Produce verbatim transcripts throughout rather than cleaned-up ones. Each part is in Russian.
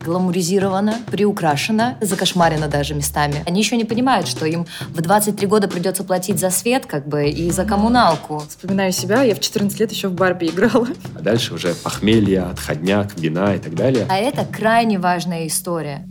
гламуризировано, приукрашено, закошмарено даже местами. Они еще не понимают, что им в двадцать три года придется платить за свет, как бы, и за коммуналку. Вспоминаю себя, я в четырнадцать лет еще в Барби играла. А дальше уже похмелье, отходняк, вина и так далее. А это крайне важная история.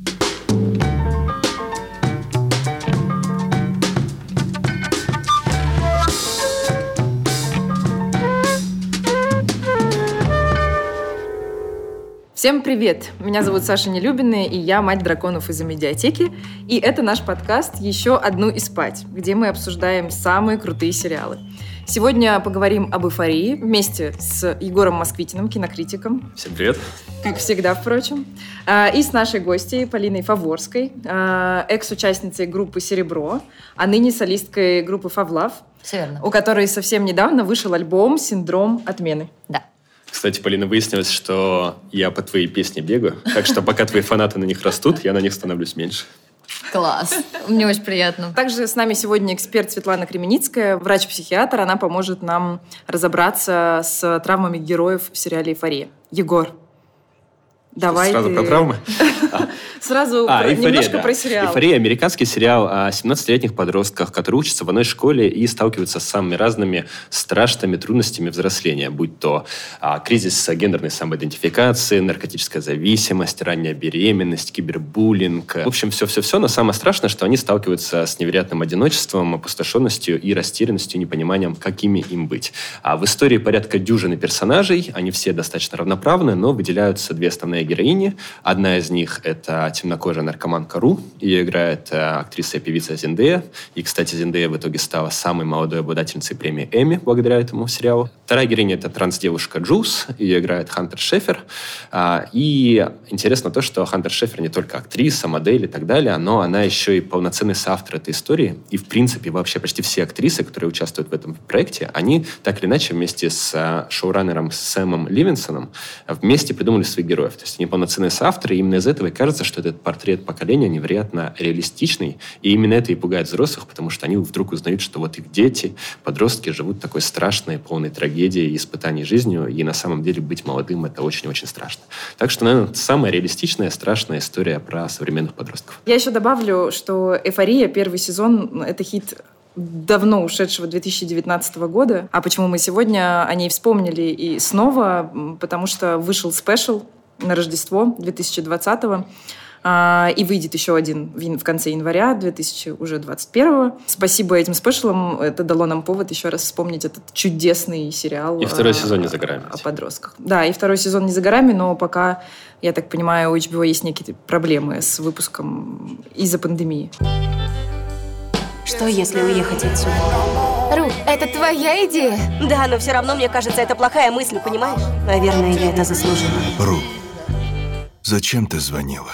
Всем привет! Меня зовут Саша Нелюбина, и я мать драконов из Амедиатеки. И это наш подкаст «Еще одну и спать», где мы обсуждаем самые крутые сериалы. Сегодня поговорим об «Эйфории» вместе с Егором Москвитиным, кинокритиком. Всем привет! Как всегда, впрочем. И с нашей гостьей Полиной Фаворской, экс-участницей группы «Серебро», а ныне солисткой группы «Фавлав», у которой совсем недавно вышел альбом «Синдром отмены». Да. Кстати, Полина, выяснилось, что я по твоей песне бегаю, так что пока твои фанаты на них растут, я на них становлюсь меньше. Класс. Мне очень приятно. Также с нами сегодня эксперт Светлана Кременицкая, врач-психиатр. Она поможет нам разобраться с травмами героев в сериале «Эйфория». Егор, давай Сразу ты... про травмы? Сразу а, про, эйфория, немножко да. про сериал. «Эйфория» — американский сериал о семнадцатилетних подростках, которые учатся в одной школе и сталкиваются с самыми разными страшными трудностями взросления, будь то а, кризис гендерной самоидентификации, наркотическая зависимость, ранняя беременность, кибербуллинг. В общем, все-все-все, но самое страшное, что они сталкиваются с невероятным одиночеством, опустошенностью и растерянностью, непониманием, какими им быть. А в истории порядка дюжины персонажей, они все достаточно равноправны, но выделяются две основные героини. Одна из них — это темнокожая наркоманка Ру. Ее играет э, актриса и певица Зендея. И, кстати, Зендея в итоге стала самой молодой обладательницей премии Эмми благодаря этому сериалу. Вторая героиня — это транс-девушка Джулс. Ее играет Хантер Шефер. А, и интересно то, что Хантер Шефер не только актриса, модель и так далее, но она еще и полноценный соавтор этой истории. И, в принципе, вообще почти все актрисы, которые участвуют в этом проекте, они так или иначе вместе с а, шоураннером Сэмом Ливинсоном вместе придумали своих героев. То есть они полноценные соавторы, и именно из этого и кажется, что этот портрет поколения невероятно реалистичный, и именно это и пугает взрослых, потому что они вдруг узнают, что вот их дети, подростки живут такой страшной, полной трагедией и испытаний жизнью, и на самом деле быть молодым — это очень-очень страшно. Так что, наверное, самая реалистичная, страшная история про современных подростков. Я еще добавлю, что «Эйфория», первый сезон, это хит давно ушедшего две тысячи девятнадцатого года. А почему мы сегодня о ней вспомнили и снова? Потому что вышел спешл на Рождество две тысячи двадцатого. И выйдет еще один в конце января две тысячи двадцать первого. Спасибо этим спешлам. Это дало нам повод еще раз вспомнить этот чудесный сериал. И второй сезон не за горами. О подростках. Да, и второй сезон не за горами, но пока, я так понимаю, у эйч би о есть некие проблемы с выпуском из-за пандемии. Что, если уехать отсюда? Ру, это твоя идея? Да, но все равно, мне кажется, это плохая мысль, понимаешь? Наверное, я это заслужила. Ру, зачем ты звонила?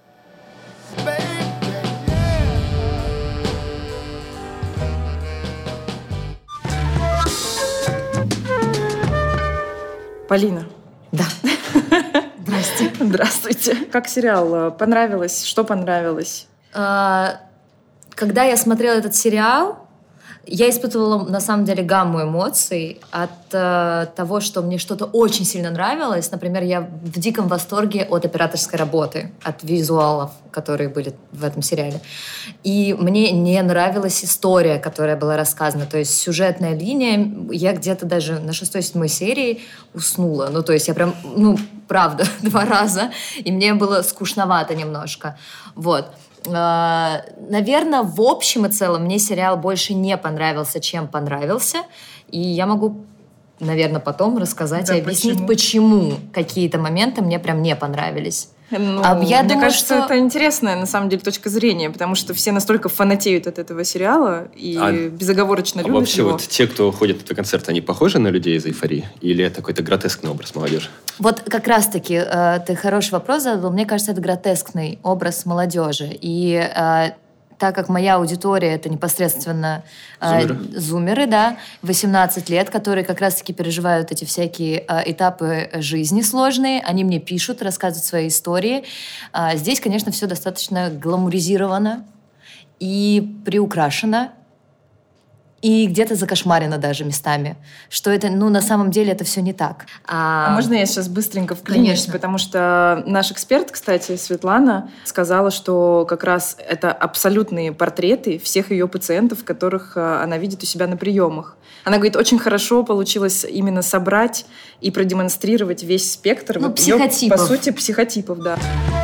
Полина. Да. Здрасте. Здравствуйте. Как сериал? Понравилось? Что понравилось? Когда я смотрела этот сериал, я испытывала, на самом деле, гамму эмоций от э, того, что мне что-то очень сильно нравилось. Например, я в диком восторге от операторской работы, от визуалов, которые были в этом сериале. И мне не нравилась история, которая была рассказана. То есть сюжетная линия, я где-то даже на шестой-седьмой серии уснула. Ну, то есть я прям, ну, правда, два раза. И мне было скучновато немножко. Вот. Наверное, в общем и целом мне сериал больше не понравился, чем понравился. И я могу, наверное, потом рассказать да, и объяснить, почему? почему какие-то моменты мне прям не понравились. Ну, а я мне думаю, кажется, что... это интересная, на самом деле, точка зрения, потому что все настолько фанатеют от этого сериала и а, безоговорочно а любят вообще его. Вот те, кто ходит на концерты, они похожи на людей из «Эйфории»? Или это какой-то гротескный образ молодежи? Вот как раз-таки э, ты хороший вопрос задал. Мне кажется, это гротескный образ молодежи. И э, так как моя аудитория — это непосредственно э, зумеры. зумеры, да, восемнадцать лет, которые как раз-таки переживают эти всякие э, этапы жизни сложные, они мне пишут, рассказывают свои истории. Э, здесь, конечно, все достаточно гламуризировано и приукрашено. и где-то закошмарено даже местами, что это, ну, на самом деле это все не так. А, а можно я сейчас быстренько вклинюсь? Конечно. Потому что наш эксперт, кстати, Светлана, сказала, что как раз это абсолютные портреты всех ее пациентов, которых она видит у себя на приемах. Она говорит, очень хорошо получилось именно собрать и продемонстрировать весь спектр. Ну, вот психотипов. Ее, по сути, психотипов, да.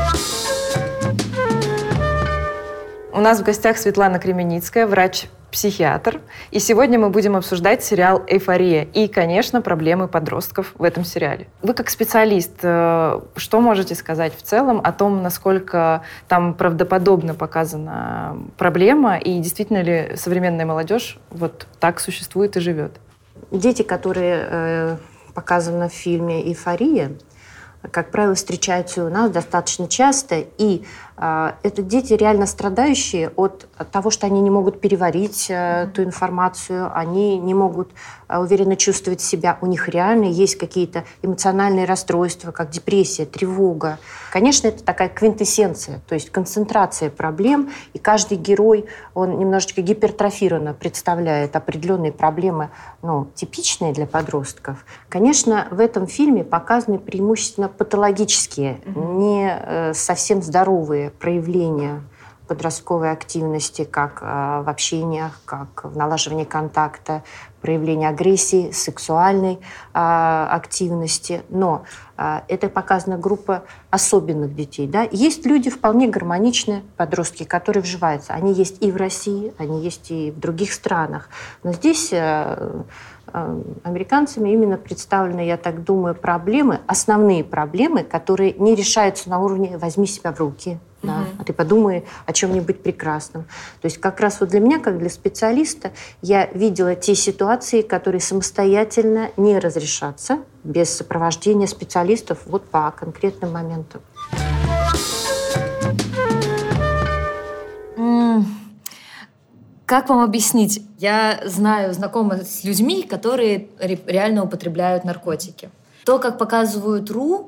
У нас в гостях Светлана Кременницкая, врач-психиатр. И сегодня мы будем обсуждать сериал «Эйфория» и, конечно, проблемы подростков в этом сериале. Вы как специалист, что можете сказать в целом о том, насколько там правдоподобно показана проблема и действительно ли современная молодежь вот так существует и живет? Дети, которые э, показаны в фильме «Эйфория», как правило, встречаются у нас достаточно часто, и э, это дети, реально страдающие от, от того, что они не могут переварить э, ту информацию, они не могут э, уверенно чувствовать себя, у них реально есть какие-то эмоциональные расстройства, как депрессия, тревога. Конечно, это такая квинтэссенция, то есть концентрация проблем, и каждый герой, он немножечко гипертрофированно представляет определенные проблемы, ну, типичные для подростков. Конечно, в этом фильме показаны преимущественно патологические, mm-hmm. не э, совсем здоровые проявления подростковой активности, как э, в общениях, как в налаживании контакта, проявление агрессии, сексуальной э, активности. Но э, это показана группа особенных детей. Да? Есть люди вполне гармоничные, подростки, которые вживаются. Они есть и в России, они есть и в других странах. Но здесь э, э, американцами именно представлены, я так думаю, проблемы, основные проблемы, которые не решаются на уровне «возьми себя в руки», да, mm-hmm. а ты подумай о чем-нибудь прекрасном. То есть как раз вот для меня, как для специалиста, я видела те ситуации, которые самостоятельно не разрешатся без сопровождения специалистов вот по конкретным моментам. Mm. Как вам объяснить? Я знаю, знакома с людьми, которые реально употребляют наркотики. То, как показывают РУ,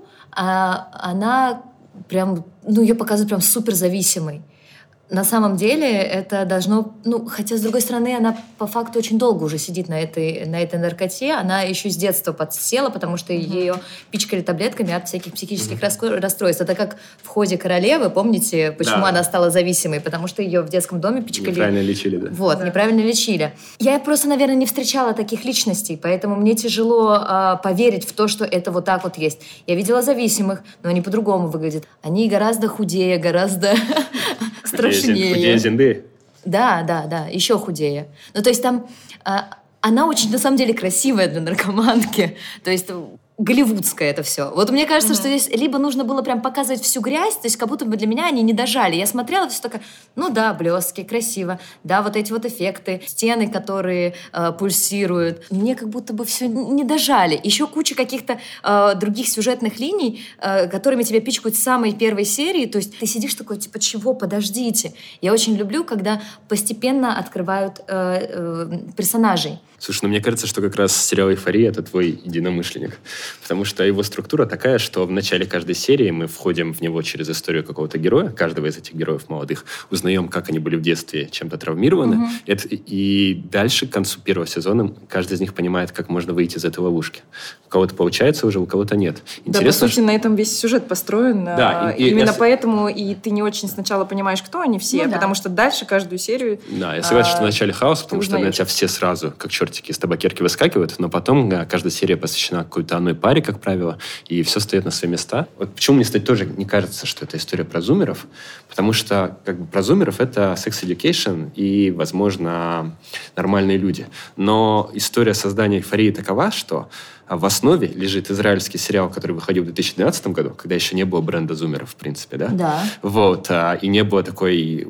она прям, ну, ее показывают прям суперзависимой. На самом деле это должно... Ну, хотя, с другой стороны, она по факту очень долго уже сидит на этой, на этой наркоте. Она еще с детства подсела, потому что mm-hmm. ее пичкали таблетками от всяких психических mm-hmm. расстройств. Это как в «Ходе королевы». Помните, почему да. она стала зависимой? Потому что ее в детском доме пичкали... Неправильно лечили, да. Вот, да. неправильно лечили. Я просто, наверное, не встречала таких личностей, поэтому мне тяжело э, поверить в то, что это вот так вот есть. Я видела зависимых, но они по-другому выглядят. Они гораздо худее, гораздо... страшнее. Худее Зенды. Да, да, да, еще худее. Ну, то есть там а, она очень, на самом деле, красивая для наркоманки. То есть голливудское это все. Вот мне кажется, mm-hmm. что здесь либо нужно было прям показывать всю грязь, то есть как будто бы для меня они не дожали. Я смотрела, все такая, ну да, блестки, красиво, да, вот эти вот эффекты, стены, которые э, пульсируют. Мне как будто бы все не дожали. Еще куча каких-то э, других сюжетных линий, э, которыми тебя пичкают с самой первой серии. То есть ты сидишь такой, типа, чего, подождите. Я очень люблю, когда постепенно открывают э, э, персонажей. Слушай, ну мне кажется, что как раз сериал «Эйфория» — это твой единомышленник. Потому что его структура такая, что в начале каждой серии мы входим в него через историю какого-то героя, каждого из этих героев молодых, узнаем, как они были в детстве чем-то травмированы. Mm-hmm. Это, и дальше, к концу первого сезона, каждый из них понимает, как можно выйти из этой ловушки. У кого-то получается уже, у кого-то нет. Интересно, да, по сути, что... на этом весь сюжет построен. Да, и, и, Именно я... поэтому и ты не очень сначала понимаешь, кто они все, ну, да. потому что дальше каждую серию... Да, я согласен, а... что в начале хаос, потому что на тебя все сразу, как чертики из табакерки, выскакивают, но потом да, каждая серия посвящена какой-то одной паре, как правило, и все стоит на свои места. Вот почему мне, кстати, тоже не кажется, что это история про зумеров, потому что как бы про зумеров это sex education и, возможно, нормальные люди. Но история создания «Эйфории» такова, что в основе лежит израильский сериал, который выходил в две тысячи двенадцатом году, когда еще не было бренда зумеров, в принципе, да? Да. Вот, и не было такой...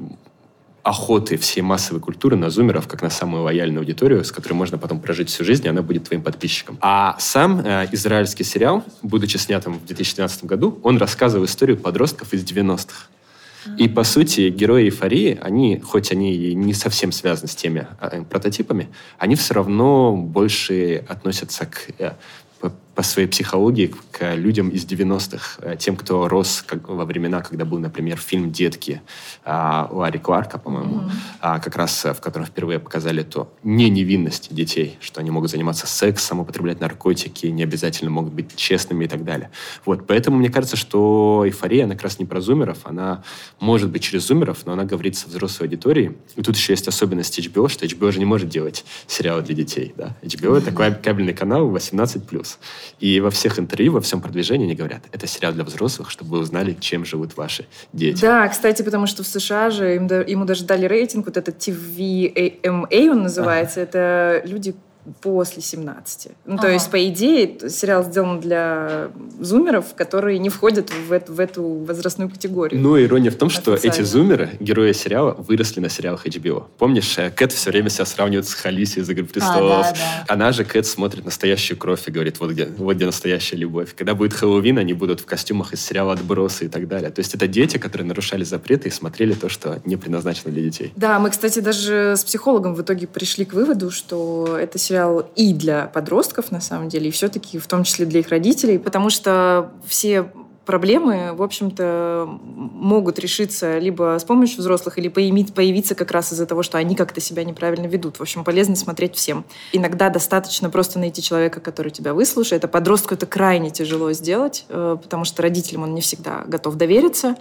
охоты всей массовой культуры на зумеров, как на самую лояльную аудиторию, с которой можно потом прожить всю жизнь, и она будет твоим подписчиком. А сам э, израильский сериал, будучи снятым в две тысячи двенадцатом году, он рассказывал историю подростков из девяностых. И, по сути, герои «Эйфории», они, хоть они и не совсем связаны с теми э, прототипами, они все равно больше относятся к... Э, по своей психологии к людям из девяностых, тем, кто рос как, во времена, когда был, например, фильм «Детки» а, Ларри Кларка, по-моему, mm-hmm. а, как раз в котором впервые показали эту не невинность детей, что они могут заниматься сексом, употреблять наркотики, не обязательно могут быть честными и так далее. Вот, поэтому мне кажется, что «Эйфория», она как раз не про зумеров, она может быть через зумеров, но она говорит со взрослой аудиторией. И тут еще есть особенность эйч би о, что эйч би о же не может делать сериалы для детей. Да? эйч би о mm-hmm. — это кабельный канал восемнадцать плюс. И во всех интервью, во всем продвижении они говорят, это сериал для взрослых, чтобы вы узнали, чем живут ваши дети. Да, кстати, потому что в США же им, ему даже дали рейтинг, вот этот ти ви эм эй он называется, ага. это люди после семнадцати. Ну, ага. то есть, по идее, сериал сделан для зумеров, которые не входят в эту, в эту возрастную категорию. Ну, ирония в том, что эти зумеры, герои сериала, выросли на сериалах эйч би о. Помнишь, Кэт все время себя сравнивает с Халисией из «Игры престолов». А, да, да. Она же, Кэт, смотрит «Настоящую кровь» и говорит, вот где, вот где настоящая любовь. Когда будет Хэллоуин, они будут в костюмах из сериала «Отбросы» и так далее. То есть, это дети, которые нарушали запреты и смотрели то, что не предназначено для детей. Да, мы, кстати, даже с психологом в итоге пришли к выводу, что это сериал и для подростков, на самом деле, и все-таки в том числе для их родителей, потому что все проблемы, в общем-то, могут решиться либо с помощью взрослых, или появиться как раз из-за того, что они как-то себя неправильно ведут. В общем, полезно смотреть всем. Иногда достаточно просто найти человека, который тебя выслушает. А подростку это крайне тяжело сделать, потому что родителям он не всегда готов довериться.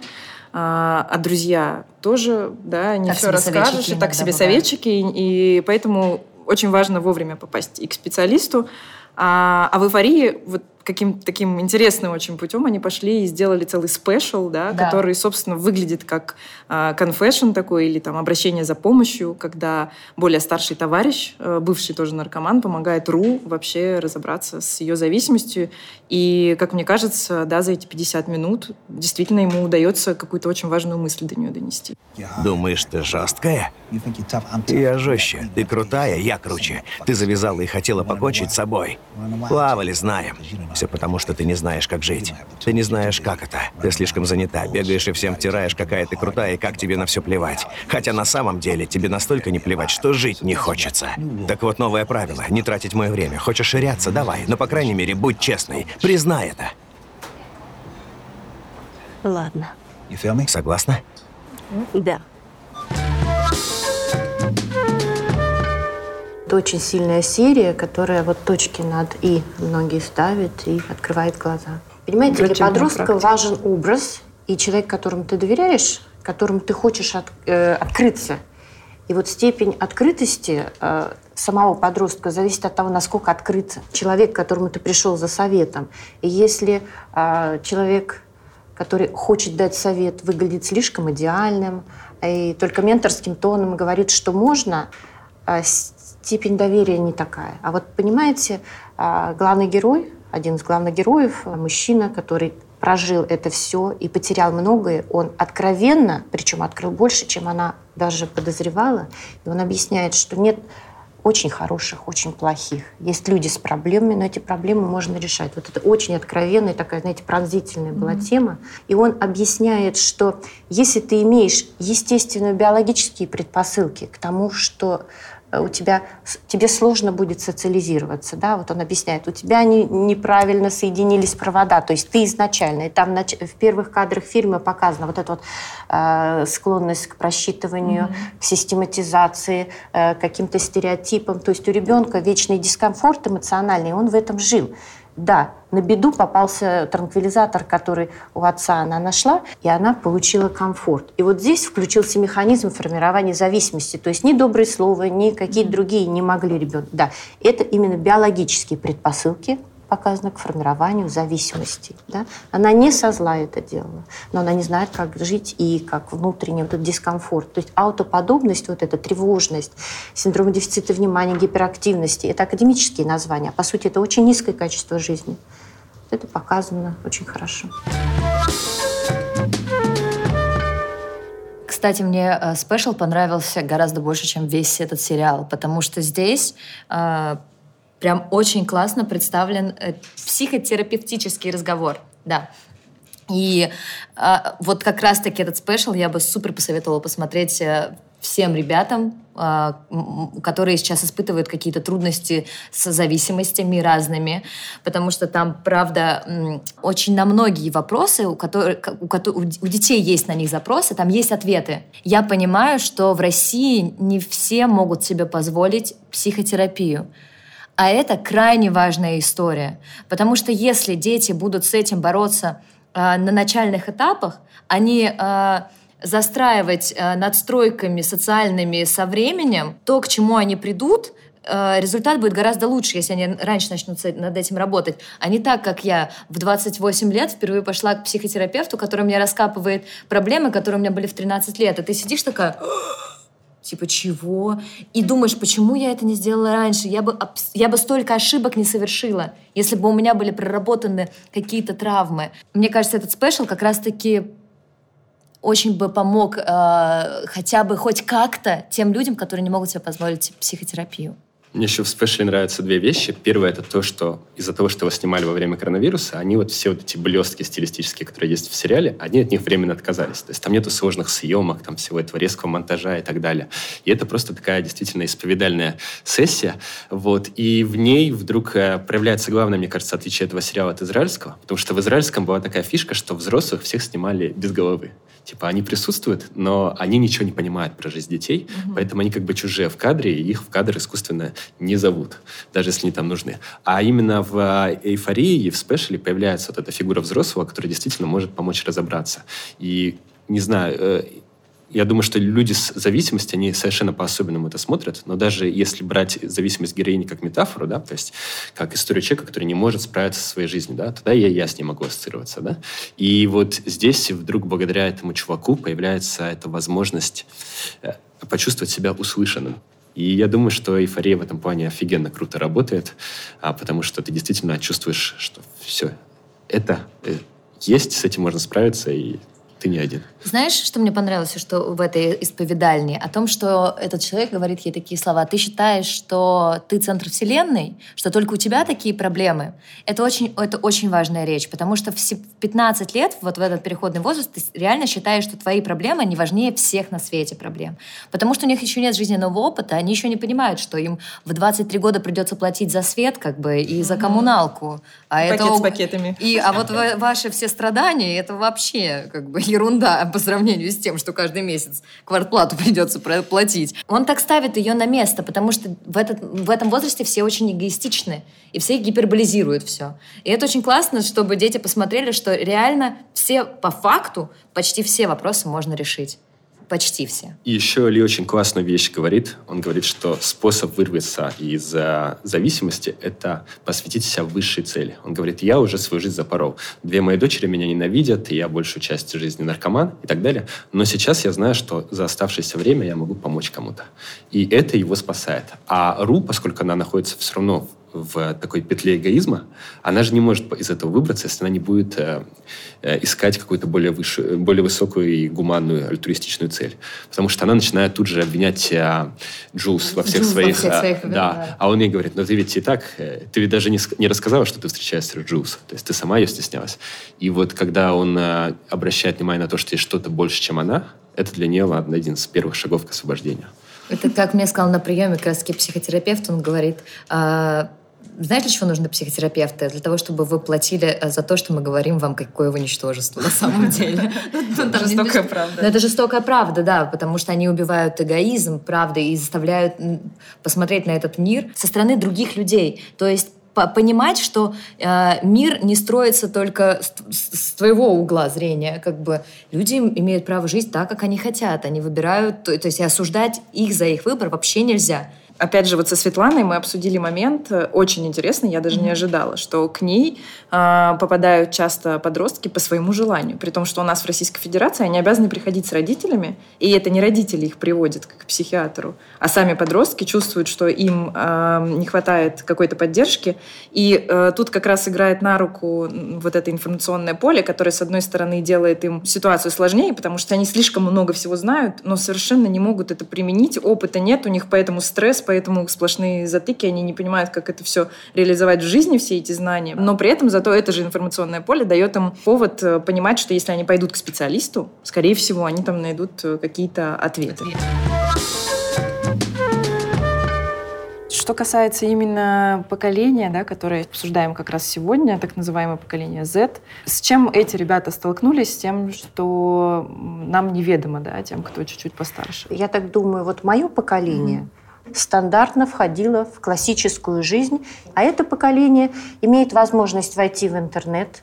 А друзья тоже, да, не все расскажешь, и так себе советчики, и поэтому очень важно вовремя попасть и к специалисту. А, а в «Эйфории» вот каким-то таким интересным очень путем они пошли и сделали целый спешл, да, да. который, собственно, выглядит как конфессион такой или там обращение за помощью, когда более старший товарищ, бывший тоже наркоман, помогает Ру вообще разобраться с ее зависимостью. И, как мне кажется, да, за эти пятьдесят минут действительно ему удается какую-то очень важную мысль до нее донести. Думаешь, ты жесткая? Я жестче. Ты крутая, я круче. Ты завязала и хотела покончить с собой. Плавали, знаем. Все потому, что ты не знаешь, как жить. Ты не знаешь, как это. Ты слишком занята, бегаешь и всем втираешь, какая ты крутая и как тебе на все плевать. Хотя на самом деле тебе настолько не плевать, что жить не хочется. Так вот, новое правило — не тратить мое время. Хочешь ширяться — давай, но, по крайней мере, будь честной. Признай это. Ладно. Согласна? Да. Это очень сильная серия, которая вот точки над «и» многие ставят и открывает глаза. Понимаете, для подростка важен образ и человек, которому ты доверяешь, которому ты хочешь от, э, открыться. И вот степень открытости э, самого подростка зависит от того, насколько открыт человек, к которому ты пришел за советом. И если э, человек, который хочет дать совет, выглядит слишком идеальным и только менторским тоном говорит, что можно, э, степень доверия не такая. А вот, понимаете, главный герой, один из главных героев, мужчина, который прожил это все и потерял многое, он откровенно, причем открыл больше, чем она даже подозревала, и он объясняет, что нет очень хороших, очень плохих. Есть люди с проблемами, но эти проблемы можно решать. Вот это очень откровенная, такая, знаете, пронзительная была mm-hmm. тема. И он объясняет, что если ты имеешь естественные биологические предпосылки к тому, что у тебя, тебе сложно будет социализироваться, да, вот он объясняет, у тебя не, неправильно соединились провода, то есть ты изначально, и там в первых кадрах фильма показана вот эта вот э, склонность к просчитыванию, mm-hmm. к систематизации, э, к каким-то стереотипам, то есть у ребенка вечный дискомфорт эмоциональный, он в этом жил. Да, на беду попался транквилизатор, который у отца она нашла, и она получила комфорт. И вот здесь включился механизм формирования зависимости. То есть ни добрые слова, ни какие-то другие не могли ребенку. Да, это именно биологические предпосылки показано к формированию зависимости. Да? Она не со зла это делала, но она не знает, как жить и как внутренний вот этот дискомфорт. То есть аутоподобность, вот эта тревожность, синдром дефицита внимания, гиперактивности — это академические названия. По сути, это очень низкое качество жизни. Это показано очень хорошо. Кстати, мне спешл понравился гораздо больше, чем весь этот сериал, потому что здесь э, прям очень классно представлен э, психотерапевтический разговор. Да. И э, вот как раз-таки этот спешл я бы супер посоветовала посмотреть э, всем ребятам, которые сейчас испытывают какие-то трудности с зависимостями разными, потому что там, правда, очень на многие вопросы, у, которых, у, у детей есть на них запросы, там есть ответы. Я понимаю, что в России не все могут себе позволить психотерапию. А это крайне важная история, потому что если дети будут с этим бороться э, на начальных этапах, они... Э, застраивать э, надстройками социальными со временем, то, к чему они придут, э, результат будет гораздо лучше, если они раньше начнут над этим работать. А не так, как я в двадцать восемь лет впервые пошла к психотерапевту, который мне раскапывает проблемы, которые у меня были в тринадцать лет. А ты сидишь такая... Типа, чего? И думаешь, почему я это не сделала раньше? Я бы, я бы столько ошибок не совершила, если бы у меня были проработаны какие-то травмы. Мне кажется, этот спешл как раз-таки очень бы помог э, хотя бы хоть как-то тем людям, которые не могут себе позволить психотерапию. Мне еще в спешле нравятся две вещи. Первое — это то, что из-за того, что его снимали во время коронавируса, они вот все вот эти блестки стилистические, которые есть в сериале, они от них временно отказались. То есть там нету сложных съемок, там всего этого резкого монтажа и так далее. И это просто такая действительно исповедальная сессия. Вот. И в ней вдруг проявляется главное, мне кажется, отличие этого сериала от израильского. Потому что в израильском была такая фишка, что взрослых всех снимали без головы. Типа они присутствуют, но они ничего не понимают про жизнь детей, mm-hmm. поэтому они как бы чужие в кадре, и их в кадр искусственно не зовут, даже если они там нужны. А именно в «Эйфории» и в «Спешле» появляется вот эта фигура взрослого, которая действительно может помочь разобраться. И, не знаю... Я думаю, что люди с зависимостью, они совершенно по-особенному это смотрят, но даже если брать зависимость героини как метафору, да, то есть как историю человека, который не может справиться со своей жизнью, да, тогда я, я с ней могу ассоциироваться. Да? И вот здесь вдруг благодаря этому чуваку появляется эта возможность почувствовать себя услышанным. И я думаю, что «Эйфория» в этом плане офигенно круто работает, потому что ты действительно чувствуешь, что все, это есть, с этим можно справиться, и ты не один. Знаешь, что мне понравилось, что в этой исповедальне? О том, что этот человек говорит ей такие слова. Ты считаешь, что ты центр вселенной, что только у тебя такие проблемы? Это очень, это очень важная речь, потому что в пятнадцать лет, вот в этот переходный возраст, ты реально считаешь, что твои проблемы не важнее всех на свете проблем. Потому что у них еще нет жизненного опыта, они еще не понимают, что им в двадцать три года придется платить за свет, как бы, и за коммуналку. А Пакет это... с пакетами. И, а вот ваши все страдания, это вообще, как бы, ерунда по сравнению с тем, что каждый месяц квартплату придется платить. Он так ставит ее на место, потому что в, этот, в этом возрасте все очень эгоистичны, и все гиперболизируют все. И это очень классно, чтобы дети посмотрели, что реально все, по факту, почти все вопросы можно решить. Почти все. И еще Ли очень классную вещь говорит. Он говорит, что способ вырваться из а, зависимости – это посвятить себя высшей цели. Он говорит, я уже свою жизнь запорол. Две мои дочери меня ненавидят, и я большую часть жизни наркоман и так далее. Но сейчас я знаю, что за оставшееся время я могу помочь кому-то. И это его спасает. А Ру, поскольку она находится все равно в такой петле эгоизма, она же не может из этого выбраться, если она не будет э, э, искать какую-то более, высшую, более высокую и гуманную альтруистичную цель. Потому что она начинает тут же обвинять э, Джулс во всех Джулс своих... Во всех своих э, да. А он ей говорит, ну ты ведь и так... Э, ты ведь даже не, не рассказала, что ты встречаешься с Джулс. То есть ты сама ее стеснялась. И вот когда он э, обращает внимание на то, что есть что-то больше, чем она, это для нее, ладно, один из первых шагов к освобождению. Это как мне сказал на приеме как раз-таки психотерапевт, он говорит... Э, Знаешь, для чего нужны психотерапевты? Для того, чтобы вы платили за то, что мы говорим вам, какое вы ничтожество на самом деле. Это жестокая правда. Это жестокая правда, да, потому что они убивают эгоизм, правда, и заставляют посмотреть на этот мир со стороны других людей. То есть понимать, что э, мир не строится только с, с твоего угла зрения. Как бы люди имеют право жить так, как они хотят. Они выбирают, то, то есть и осуждать их за их выбор вообще нельзя. Опять же, вот со Светланой мы обсудили момент очень интересный, я даже mm-hmm. не ожидала, что к ней э, попадают часто подростки по своему желанию, при том, что у нас в Российской Федерации они обязаны приходить с родителями, и это не родители их приводят к психиатру, а сами подростки чувствуют, что им э, не хватает какой-то поддержки, и э, тут как раз играет на руку вот это информационное поле, которое, с одной стороны, делает им ситуацию сложнее, потому что они слишком много всего знают, но совершенно не могут это применить, опыта нет у них, поэтому стресс, поэтому сплошные затыки, они не понимают, как это все реализовать в жизни, все эти знания. Но при этом зато это же информационное поле дает им повод понимать, что если они пойдут к специалисту, скорее всего, они там найдут какие-то ответы. что касается именно поколения, да, которое обсуждаем как раз сегодня, так называемое поколение Z, с чем эти ребята столкнулись, с тем, что нам неведомо, да, тем, кто чуть-чуть постарше? Я так думаю, вот мое поколение mm-hmm. стандартно входило в классическую жизнь, а это поколение имеет возможность войти в интернет,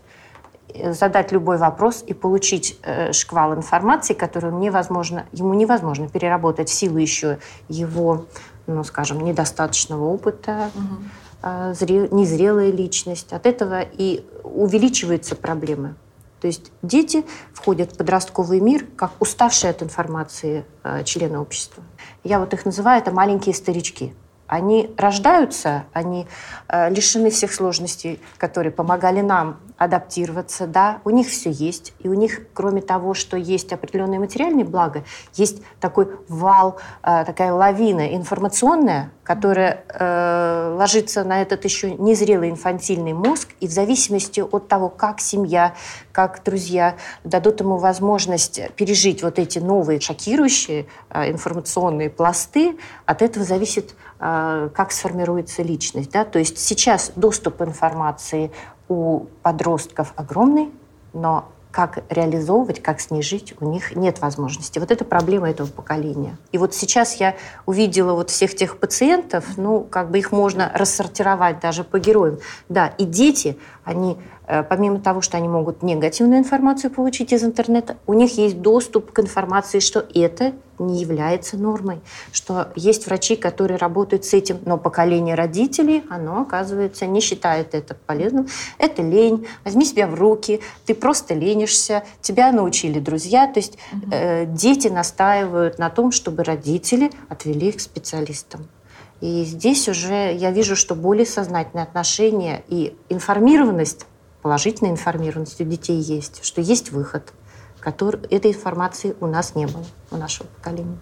задать любой вопрос и получить э, шквал информации, которую невозможно, ему невозможно переработать в силу еще его, ну, скажем, недостаточного опыта, угу. э, зре, незрелая личность. От этого и увеличиваются проблемы. То есть дети входят в подростковый мир как уставшие от информации э, члены общества. Я вот их называю, это маленькие старички. Они рождаются, они э, лишены всех сложностей, которые помогали нам адаптироваться, да, у них все есть, и у них, кроме того, что есть определенные материальные блага, есть такой вал, э, такая лавина информационная, которая э, ложится на этот еще незрелый инфантильный мозг, и в зависимости от того, как семья, как друзья дадут ему возможность пережить вот эти новые шокирующие э, информационные пласты, от этого зависит, э, как сформируется личность, да, то есть сейчас доступ к информации у подростков огромный, но как реализовывать, как с ней жить, у них нет возможности. Вот это проблема этого поколения. И вот сейчас я увидела вот всех тех пациентов, ну, как бы их можно рассортировать даже по героям. Да, и дети, они, помимо того, что они могут негативную информацию получить из интернета, у них есть доступ к информации, что это не является нормой, что есть врачи, которые работают с этим, но поколение родителей, оно, оказывается, не считает это полезным. Это лень, возьми себя в руки, ты просто ленишься, тебя научили друзья. То есть угу. э, дети настаивают на том, чтобы родители отвели их к специалистам. И здесь уже я вижу, что более сознательное отношение и информированность, положительная информированность у детей есть, что есть выход. Который, этой информации у нас не было, у нашего поколения.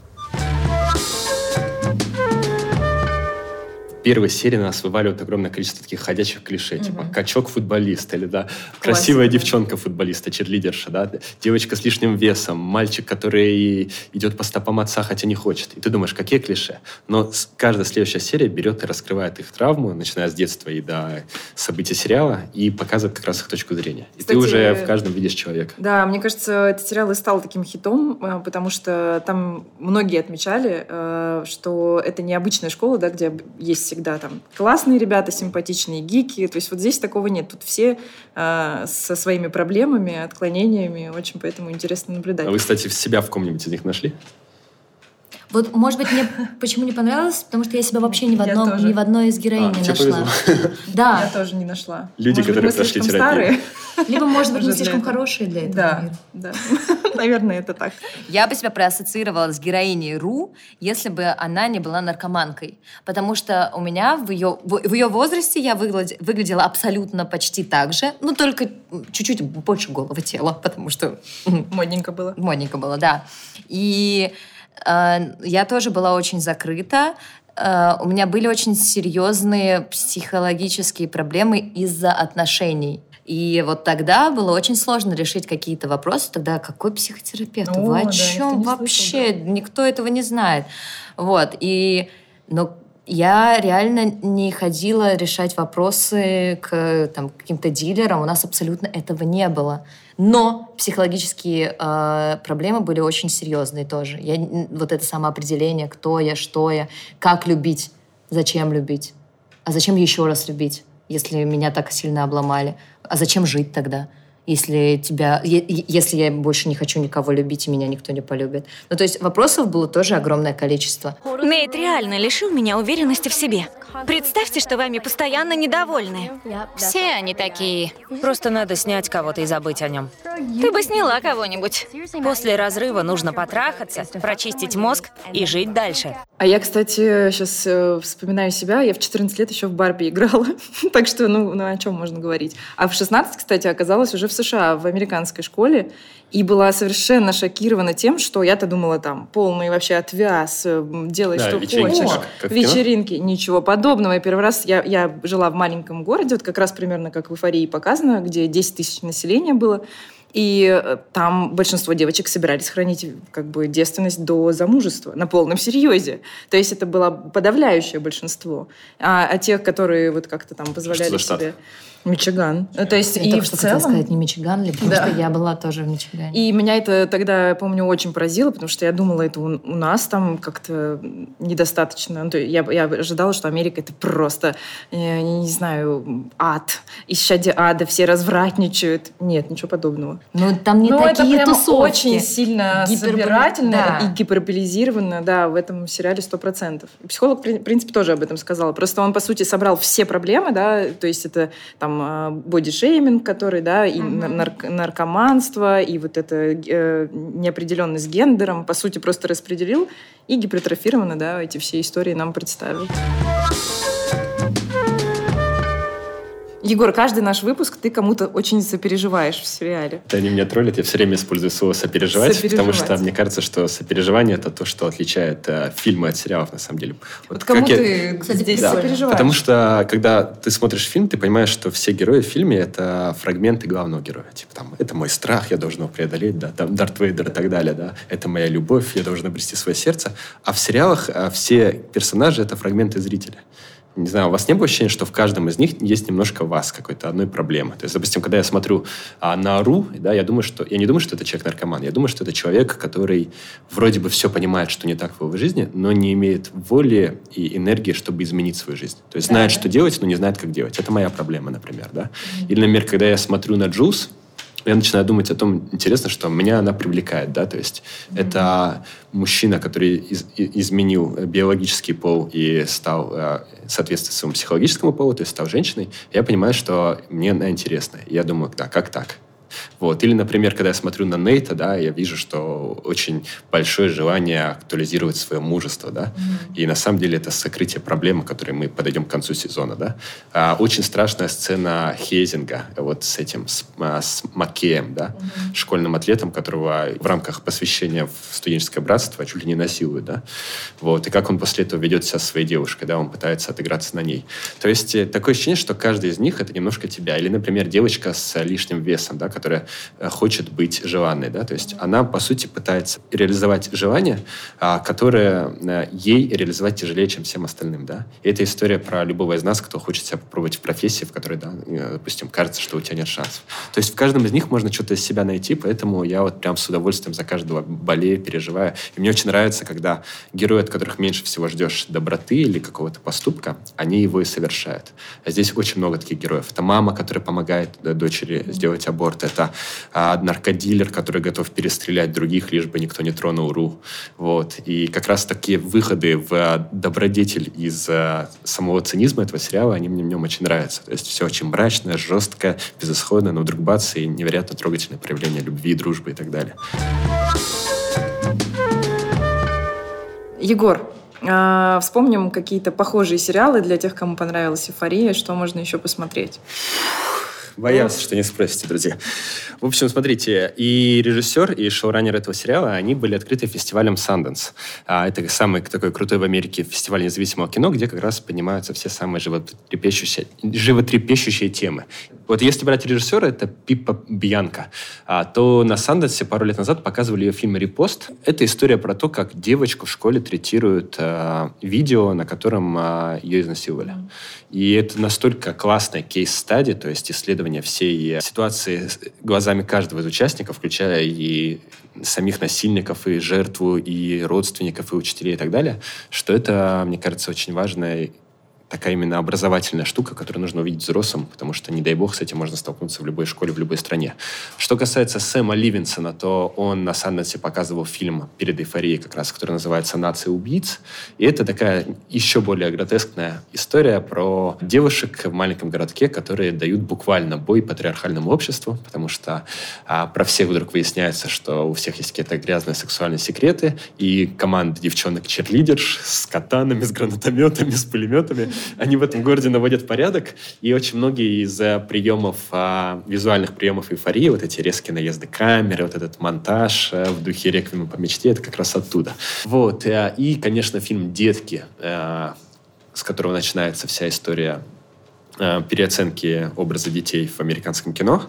В первой серии на нас вываливают огромное количество таких ходячих клише, mm-hmm. типа качок-футболист, или да, красивая девчонка-футболиста, черлидерша, да, девочка с лишним весом, мальчик, который идет по стопам отца, хотя не хочет. И ты думаешь, какие клише? Но каждая следующая серия берет и раскрывает их травму, начиная с детства и до событий сериала, и показывает как раз их точку зрения. И Кстати, ты уже в каждом видишь человека. Да, мне кажется, этот сериал и стал таким хитом, потому что там многие отмечали, что это необычная школа, да, где есть всегда там классные ребята, симпатичные гики. То есть вот здесь такого нет. Тут все э, со своими проблемами, отклонениями. Очень поэтому интересно наблюдать. А вы, кстати, себя в ком-нибудь из них нашли? Вот, может быть, мне почему не понравилось? Потому что я себя вообще ни в, одном, ни в одной из героинь а, не нашла. Да. Я тоже не нашла. Люди, может которые быть, прошли терапию. Либо, может быть, мы слишком хорошие для этого да, мира. Да, наверное, это так. Я бы себя проассоциировала с героиней Ру, если бы она не была наркоманкой. Потому что у меня в ее, в ее возрасте я выглядела абсолютно почти так же, но только чуть-чуть больше голого тела, потому что... Модненько было. Модненько было, да. И... Я тоже была очень закрыта. У меня были очень серьезные психологические проблемы из-за отношений. И вот тогда было очень сложно решить какие-то вопросы. Тогда какой психотерапевт? О, Вы о да, чем никто вообще? Слышал, да. Никто этого не знает. Вот. И... Но я реально не ходила решать вопросы к там, каким-то дилерам. У нас абсолютно этого не было. Но психологические э, проблемы были очень серьезные тоже. Я, вот это самоопределение, кто я, что я, как любить, зачем любить, а зачем еще раз любить, если меня так сильно обломали, а зачем жить тогда, если, тебя, если я больше не хочу никого любить, и меня никто не полюбит. Ну, то есть вопросов было тоже огромное количество. Нейт реально лишил меня уверенности в себе. Представьте, что вами постоянно недовольны. Все они такие. Просто надо снять кого-то и забыть о нем. Ты бы сняла кого-нибудь. После разрыва нужно потрахаться, прочистить мозг и жить дальше. А я, кстати, сейчас э, вспоминаю себя. Я в четырнадцать лет еще в Барби играла. Так что, ну, ну, о чем можно говорить. А в шестнадцать, кстати, оказалась уже в США, в американской школе. И была совершенно шокирована тем, что я-то думала, там, полный вообще отвяз, делай, да, что вечеринки, хочешь. Как, как вечеринки, ничего подобного. Я первый раз, я, я жила в маленьком городе, вот как раз примерно как в «Эйфории» показано, где десять тысяч населения было. И там большинство девочек собирались хранить как бы девственность до замужества на полном серьезе. То есть это было подавляющее большинство. А, а тех, которые вот как-то там позволяли себе... Мичиган. То есть я и только в что целом... хотела сказать не Мичиган ли, потому да. что я была тоже в Мичигане. И меня это тогда, я помню, очень поразило, потому что я думала, это у, у нас там как-то недостаточно. Ну, то есть я, я ожидала, что Америка — это просто, я не знаю, ад. Исчадие ада, все развратничают. Нет, ничего подобного. Ну, там не Но такие это прямо тусовки. очень сильно Гиперболи... собирательно да. и гиперболизировано, да, в этом сериале сто процентов. И психолог, в принципе, тоже об этом сказал. Просто он, по сути, собрал все проблемы, да, то есть это там бодишейминг, который, да, и uh-huh. нарк- наркоманство, и вот эта э, неопределенность гендером, по сути, просто распределил и гипертрофированно, да, эти все истории нам представил. Егор, каждый наш выпуск ты кому-то очень сопереживаешь в сериале. Они меня троллят, я все время использую слово «сопереживать», сопереживать. потому что мне кажется, что сопереживание — это то, что отличает э, фильмы от сериалов, на самом деле. Вот, вот кому я... ты, кстати, здесь да, сопереживаешь? Потому что, когда ты смотришь фильм, ты понимаешь, что все герои в фильме — это фрагменты главного героя. Типа там, это мой страх, я должен его преодолеть, да, там Дарт Вейдер и так далее, да, это моя любовь, я должен обрести свое сердце. А в сериалах а все персонажи — это фрагменты зрителя. Не знаю, у вас не было ощущения, что в каждом из них есть немножко вас, какой-то одной проблемы? То есть, допустим, когда я смотрю а, на Ру, да, я думаю, что я не думаю, что это человек-наркоман. Я думаю, что это человек, который вроде бы все понимает, что не так в его жизни, но не имеет воли и энергии, чтобы изменить свою жизнь. То есть, знает, что делать, но не знает, как делать. Это моя проблема, например, да. Mm-hmm. Или, например, когда я смотрю на Джулс, я начинаю думать о том, интересно, что меня она привлекает, да, то есть mm-hmm. это мужчина, который из, изменил биологический пол и стал э, соответствовать своему психологическому полу, то есть стал женщиной. Я понимаю, что мне она интересна. Я думаю, да, как так? Вот. Или, например, когда я смотрю на Нейта, да, я вижу, что очень большое желание актуализировать свое мужество, да, mm-hmm. и на самом деле это сокрытие проблемы, к которой мы подойдем к концу сезона, да. А, очень страшная сцена Хейзинга вот с этим, с, с Маккеем, да, mm-hmm. школьным атлетом, которого в рамках посвящения в студенческое братство чуть ли не насилуют, да. Вот. И как он после этого ведет себя со своей девушкой, да, он пытается отыграться на ней. То есть такое ощущение, что каждый из них — это немножко тебя. Или, например, девочка с лишним весом, да, которая хочет быть желанной, да, то есть она, по сути, пытается реализовать желание, которое ей реализовать тяжелее, чем всем остальным, да. И это история про любого из нас, кто хочет себя попробовать в профессии, в которой, да, допустим, кажется, что у тебя нет шансов. То есть в каждом из них можно что-то из себя найти, поэтому я вот прям с удовольствием за каждого болею, переживаю. И мне очень нравится, когда герои, от которых меньше всего ждешь доброты или какого-то поступка, они его и совершают. А здесь очень много таких героев. Это мама, которая помогает дочери сделать аборт, это а, наркодилер, который готов перестрелять других, лишь бы никто не тронул Ру. Вот. И как раз такие выходы в добродетель из а, самого цинизма этого сериала, они мне в нем очень нравятся. То есть все очень мрачное, жесткое, безысходное, но вдруг бац, и невероятно трогательное проявление любви, дружбы и так далее. Егор, э, вспомним какие-то похожие сериалы для тех, кому понравилась «Эйфория», что можно еще посмотреть? Боялся, что не спросите, друзья. В общем, смотрите, и режиссер, и шоураннер этого сериала, они были открыты фестивалем Sundance. Это самый такой крутой в Америке фестиваль независимого кино, где как раз поднимаются все самые животрепещущие, животрепещущие темы. Вот если брать режиссера, это Пиппа Бьянка, то на Sundance пару лет назад показывали ее фильм «Репост». Это история про то, как девочку в школе третируют видео, на котором ее изнасиловали. И это настолько классная кейс-стади, то есть исследование всей ситуации глазами каждого из участников, включая и самих насильников, и жертву, и родственников, и учителей, и так далее, что это, мне кажется, очень важная такая именно образовательная штука, которую нужно увидеть взрослым, потому что, не дай бог, с этим можно столкнуться в любой школе, в любой стране. Что касается Сэма Ливинсона, то он на Санденсе показывал фильм перед «Эйфорией», как раз, который называется «Нация убийц». И это такая еще более гротескная история про девушек в маленьком городке, которые дают буквально бой патриархальному обществу, потому что а, про всех вдруг выясняется, что у всех есть какие-то грязные сексуальные секреты, и команда девчонок-черлидерш с катанами, с гранатометами, с пулеметами, они в этом городе наводят порядок, и очень многие из приемов, а, визуальных приемов «Эйфории», вот эти резкие наезды камеры, вот этот монтаж а, в духе «Реквиема по мечте», это как раз оттуда. Вот. А, и, конечно, фильм «Детки», а, с которого начинается вся история а, переоценки образа детей в американском кино,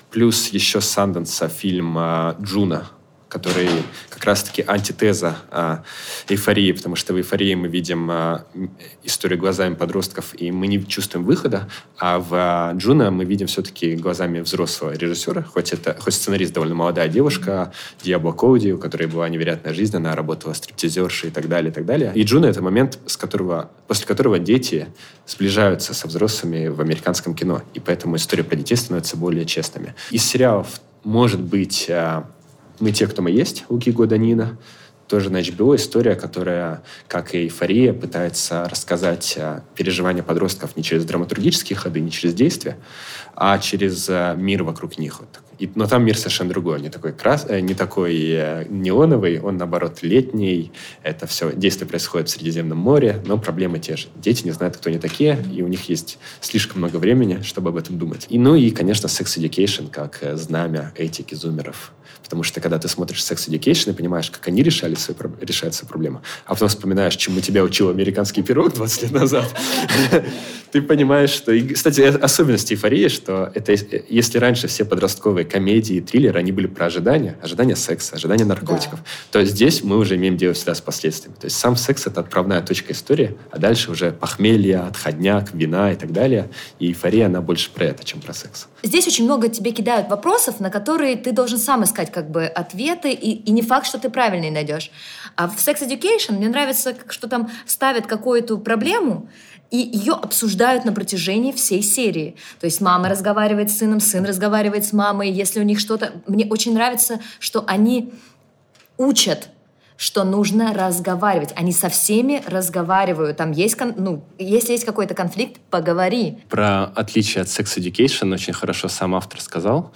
Плюс еще с Санденса фильм «Джуно», который как раз-таки антитеза а, эйфории, потому что в эйфории мы видим а, историю глазами подростков, и мы не чувствуем выхода, а в а, Джуно мы видим все-таки глазами взрослого режиссера, хоть это, хоть сценарист довольно молодая девушка, Диабло Коуди, у которой была невероятная жизнь, она работала стриптизершей и так далее, и так далее. И Джуно — это момент, с которого, после которого дети сближаются со взрослыми в американском кино, и поэтому история про детей становится более честными. Из сериалов, может быть, а, «Мы те, кто мы есть» Луки Гуаданина. Тоже на эйч би о история, которая, как и «Эйфория», пытается рассказать переживания подростков не через драматургические ходы, не через действия, а через мир вокруг них. И, но там мир совершенно другой. Он не такой, крас... не такой неоновый, он, наоборот, летний. Это все действие происходит в Средиземном море, но проблемы те же. Дети не знают, кто они такие, и у них есть слишком много времени, чтобы об этом думать. И, ну и, конечно, Sex Education как знамя этики зумеров. Потому что, когда ты смотришь Sex Education и понимаешь, как они решали свои, решают свои проблемы, а потом вспоминаешь, чему тебя учил американский пирог двадцать лет назад, ты понимаешь, что... И, кстати, особенность «Эйфории», что это, если раньше все подростковые комедии, триллеры, они были про ожидания, ожидания секса, ожидания наркотиков, да. то здесь мы уже имеем дело всегда с последствиями. То есть сам секс — это отправная точка истории, а дальше уже похмелье, отходняк, вина и так далее. И «Эйфория», она больше про это, чем про секс. Здесь очень много тебе кидают вопросов, на которые ты должен сам искать как бы ответы, и, и не факт, что ты правильные найдешь. А в Sex Education мне нравится, что там ставят какую-то проблему, и ее обсуждают на протяжении всей серии. То есть мама разговаривает с сыном, сын разговаривает с мамой. Если у них что-то... Мне очень нравится, что они учат, что нужно разговаривать. Они со всеми разговаривают. Там есть, ну, если есть какой-то конфликт, поговори. Про отличие от Sex Education очень хорошо сам автор сказал.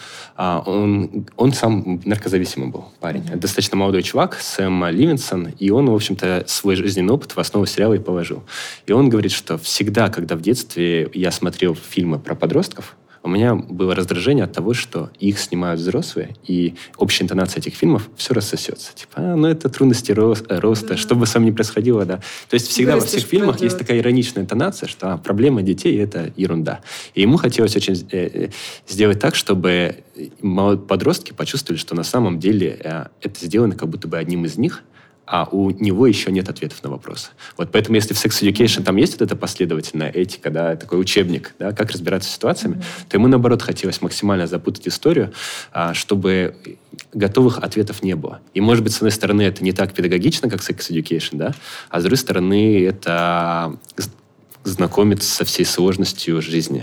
Он, он сам наркозависимый был парень. Mm-hmm. Достаточно молодой чувак, Сэм Ливинсон, и он, в общем-то, свой жизненный опыт в основу сериала и положил. И он говорит, что всегда, когда в детстве я смотрел фильмы про подростков, у меня было раздражение от того, что их снимают взрослые, и общая интонация этих фильмов все рассосется. Типа, а, ну это трудности роста, роста, что бы с вами ни происходило, да. То есть всегда во всех фильмах пойдет. Есть такая ироничная интонация, что а, проблема детей — это ерунда. И ему хотелось очень э, сделать так, чтобы подростки почувствовали, что на самом деле э, это сделано как будто бы одним из них, а у него еще нет ответов на вопросы. Вот поэтому, если в Sex Education там есть вот эта последовательная этика, да, такой учебник, да, как разбираться с ситуациями, mm-hmm. то ему, наоборот, хотелось максимально запутать историю, чтобы готовых ответов не было. И, может быть, с одной стороны, это не так педагогично, как Sex Education, да, а с другой стороны, это знакомит со всей сложностью жизни.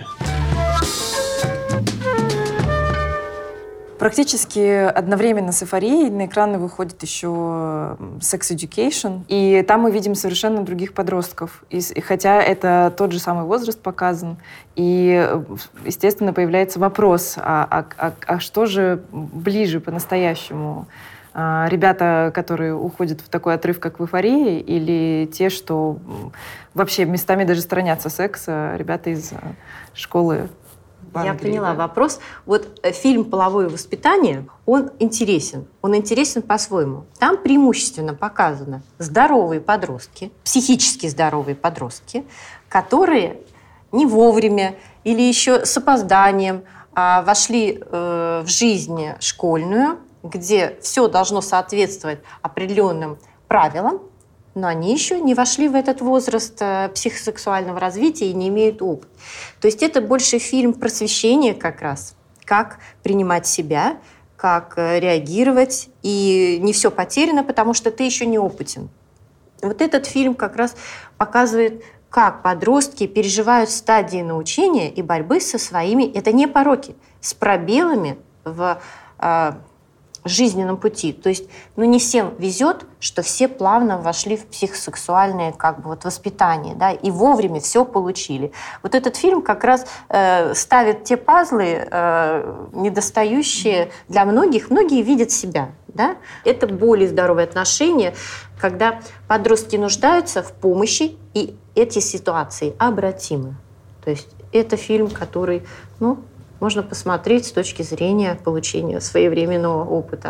Практически одновременно с «Эйфорией» на экраны выходит еще «Sex Education», и там мы видим совершенно других подростков. И, и хотя это тот же самый возраст показан, и, естественно, появляется вопрос, а, а, а, а что же ближе по-настоящему? А, ребята, которые уходят в такой отрыв, как в «Эйфории», или те, что вообще местами даже сторонятся секса, ребята из школы? Я поняла вопрос. Вот фильм «Половое воспитание», он интересен. Он интересен по-своему. Там преимущественно показаны здоровые подростки, психически здоровые подростки, которые не вовремя или еще с опозданием а, вошли э, в жизнь школьную, где все должно соответствовать определенным правилам, но они еще не вошли в этот возраст психосексуального развития и не имеют опыта. То есть это больше фильм просвещения как раз, как принимать себя, как реагировать, и не все потеряно, потому что ты еще не опытен. Вот этот фильм как раз показывает, как подростки переживают стадии научения и борьбы со своими, это не пороки, с пробелами в жизненном пути. То есть, ну, не всем везет, что все плавно вошли в психосексуальное как бы вот воспитание, да, и вовремя все получили. Вот этот фильм как раз э, ставит те пазлы, э, недостающие для многих. Многие видят себя, да. Это более здоровые отношения, когда подростки нуждаются в помощи, и эти ситуации обратимы. То есть это фильм, который, ну, можно посмотреть с точки зрения получения своевременного опыта.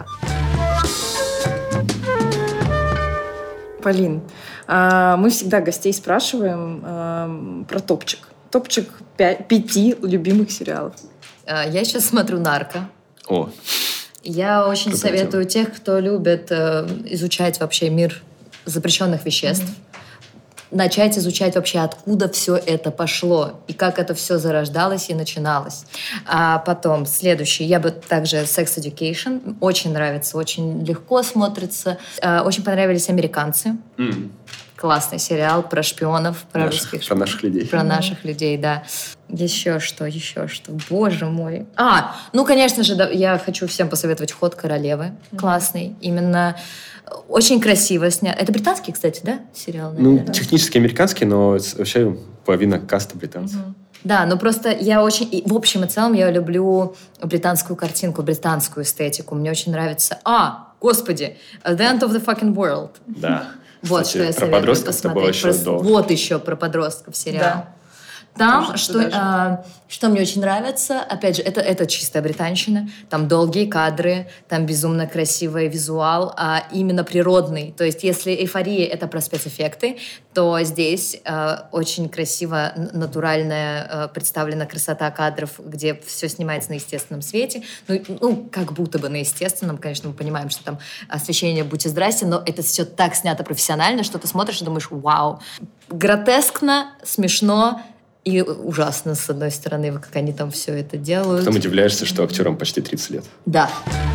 Полин, мы всегда гостей спрашиваем про топчик. Топчик пяти любимых сериалов. Я сейчас смотрю «Нарко». О. Я очень Что советую тех, кто любит э, изучать вообще мир запрещенных веществ, mm-hmm. начать изучать вообще, откуда все это пошло и как это все зарождалось и начиналось. А потом следующий, я бы также «Sex Education». Очень нравится, очень легко смотрится. А, очень понравились «Американцы». Mm. Классный сериал про шпионов, про наших, русских шпионов. Про наших людей. Про mm-hmm. наших людей, да. Еще что, еще что. Боже мой. А, ну, конечно же, да, я хочу всем посоветовать «Ход королевы». Mm-hmm. Классный. Именно очень красиво снят. Это британский, кстати, да, сериал? Наверное? Ну, технически американский, но вообще половина каста британцев. Mm-hmm. Да, но просто я очень... В общем и целом я люблю британскую картинку, британскую эстетику. Мне очень нравится... А, господи! The End of the Fucking World. Да. Вот, кстати, что я про подростков это было еще про, до. Вот еще про подростков сериал. Да. Там, Тоже что, а, что мне очень нравится, опять же, это, это чистая британщина, там долгие кадры, там безумно красивый визуал, а именно природный. То есть если «Эйфория» — это про спецэффекты, то здесь а, очень красиво, натуральная а, представлена красота кадров, где все снимается на естественном свете. Ну, ну, как будто бы на естественном, конечно, мы понимаем, что там освещение, будьте здрасте, но это все так снято профессионально, что ты смотришь и думаешь: вау, гротескно, смешно, и ужасно, с одной стороны, как они там все это делают. Потом удивляешься, что актерам почти тридцать лет. Да.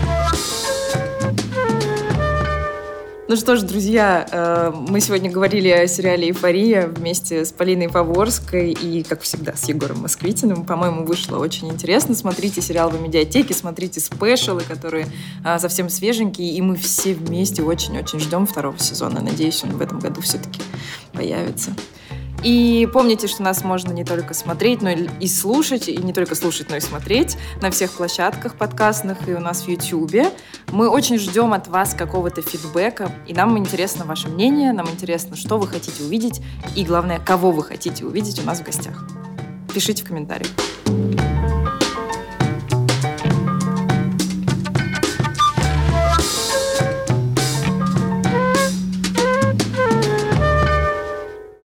Ну что ж, друзья, мы сегодня говорили о сериале «Эйфория» вместе с Полиной Поворской и, как всегда, с Егором Москвитиным. По-моему, вышло очень интересно. Смотрите сериал в медиатеке, смотрите спешалы, которые совсем свеженькие, и мы все вместе очень-очень ждем второго сезона. Надеюсь, он в этом году все-таки появится. И помните, что нас можно не только смотреть, но и слушать, и не только слушать, но и смотреть на всех площадках подкастных и у нас в Ютьюбе. Мы очень ждем от вас какого-то фидбэка, и нам интересно ваше мнение, нам интересно, что вы хотите увидеть, и главное, кого вы хотите увидеть у нас в гостях. Пишите в комментариях.